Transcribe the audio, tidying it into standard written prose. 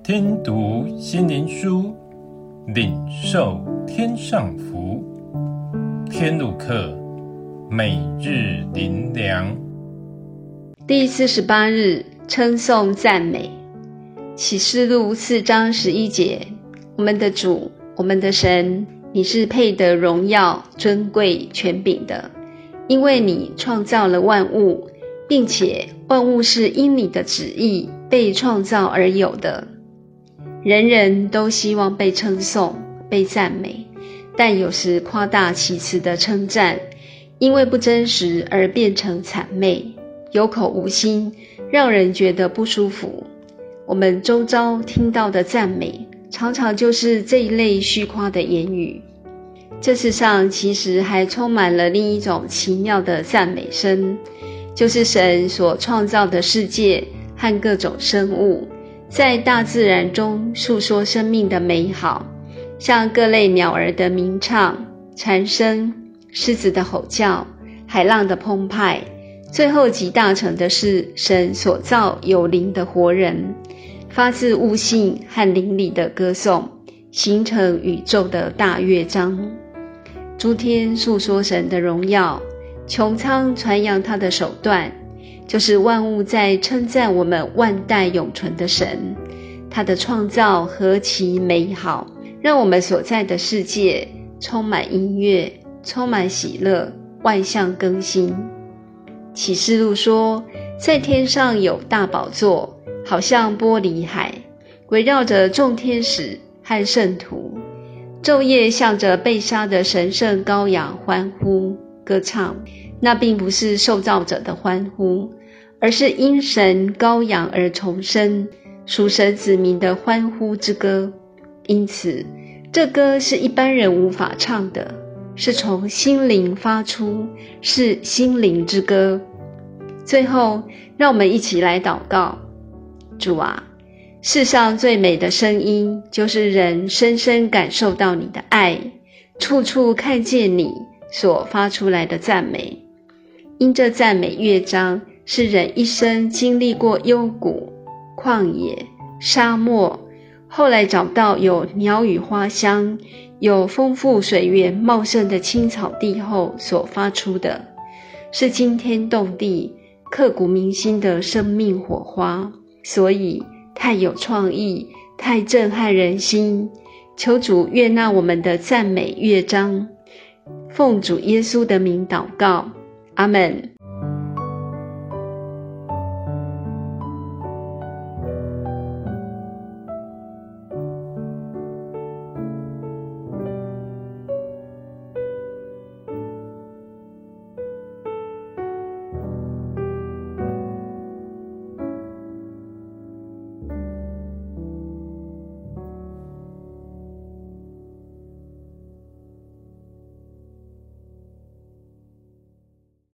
听读心灵书，领受天上福。天路客，每日灵粮。 第48日，称颂赞美。启示录4章11节，我们的主，我们的神，你是配得荣耀、尊贵、权柄的，因为你创造了万物，并且万物是因你的旨意被创造而有的。人人都希望被称颂、被赞美，但有时夸大其词的称赞，因为不真实而变成谄媚，有口无心，让人觉得不舒服。我们周遭听到的赞美，常常就是这一类虚夸的言语。这世上其实还充满了另一种奇妙的赞美声，就是神所创造的世界和各种生物，在大自然中述说生命的美好，像各类鸟儿的鸣唱、蝉声、狮子的吼叫、海浪的澎湃，最后集大成的是神所造有灵的活人，发自悟性和灵里的歌颂，形成宇宙的大乐章。诸天述说神的荣耀，穹苍传扬他的手段，就是万物在称赞我们万代永存的神。他的创造何其美好，让我们所在的世界充满音乐，充满喜乐，万象更新。启示录说，在天上有大宝座，好像玻璃海，围绕着众天使和圣徒，昼夜向着被杀的神圣羔羊欢呼歌唱。那并不是受造者的欢呼，而是因神羔羊而重生，属神子民的欢呼之歌。因此这歌是一般人无法唱的，是从心灵发出，是心灵之歌。最后让我们一起来祷告。主啊，世上最美的声音，就是人深深感受到你的爱，处处看见你所发出来的赞美。因这赞美乐章是人一生经历过幽谷、旷野、沙漠，后来找到有鸟语花香、有丰富水源茂盛的青草地后所发出的，是惊天动地、刻骨铭心的生命火花，所以太有创意，太震撼人心。求主悦纳我们的赞美乐章，奉主耶稣的名祷告，阿们。